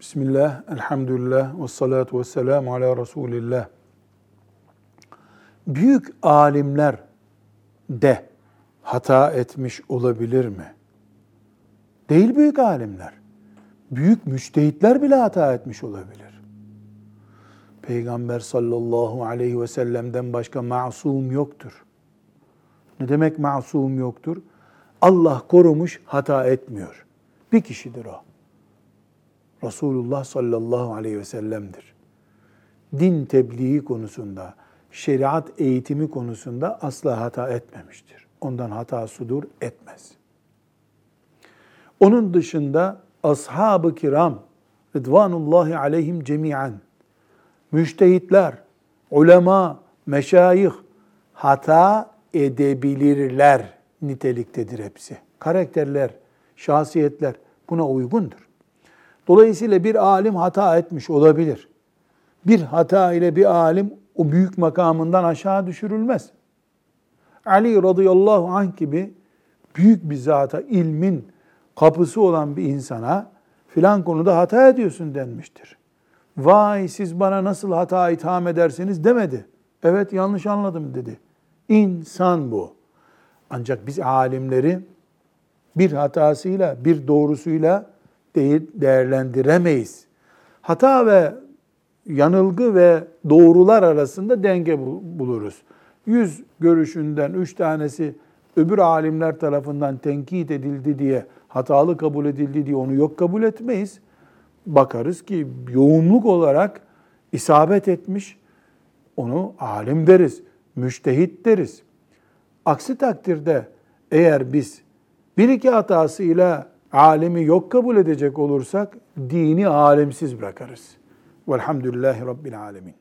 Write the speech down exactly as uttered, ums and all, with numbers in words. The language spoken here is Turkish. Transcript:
Bismillah, elhamdülillah, ve salatu ve selamu ala Resulillah. Büyük alimler de hata etmiş olabilir mi? Değil büyük alimler. Büyük müçtehitler bile hata etmiş olabilir. Peygamber sallallahu aleyhi ve sellem'den başka masum yoktur. Ne demek masum yoktur? Allah korumuş, hata etmiyor. Bir kişidir o. Resulullah sallallahu aleyhi ve sellem'dir. Din tebliği konusunda, şeriat eğitimi konusunda asla hata etmemiştir. Ondan hata sudur etmez. Onun dışında ashab-ı kiram, Rıdvanullahi aleyhim cemiyen, müştehitler, ulema, meşayih hata edebilirler niteliktedir hepsi. Karakterler, şahsiyetler buna uygundur. Dolayısıyla bir alim hata etmiş olabilir. Bir hata ile bir alim o büyük makamından aşağı düşürülmez. Ali radıyallahu anh gibi büyük bir zata, ilmin kapısı olan bir insana filan konuda hata ediyorsun denmiştir. Vay siz bana nasıl hata itham edersiniz demedi. Evet yanlış anladım dedi. İnsan bu. Ancak biz alimleri bir hatasıyla, bir doğrusuyla değerlendiremeyiz. Hata ve yanılgı ve doğrular arasında denge buluruz. Yüz görüşünden üç tanesi öbür alimler tarafından tenkit edildi diye, hatalı kabul edildi diye onu yok kabul etmeyiz. Bakarız ki yoğunluk olarak isabet etmiş, onu alim deriz, müştehit deriz. Aksi takdirde eğer biz bir iki hatasıyla alimi yok kabul edecek olursak dini alimsiz bırakırız. Velhamdülillahi Rabbil alemin.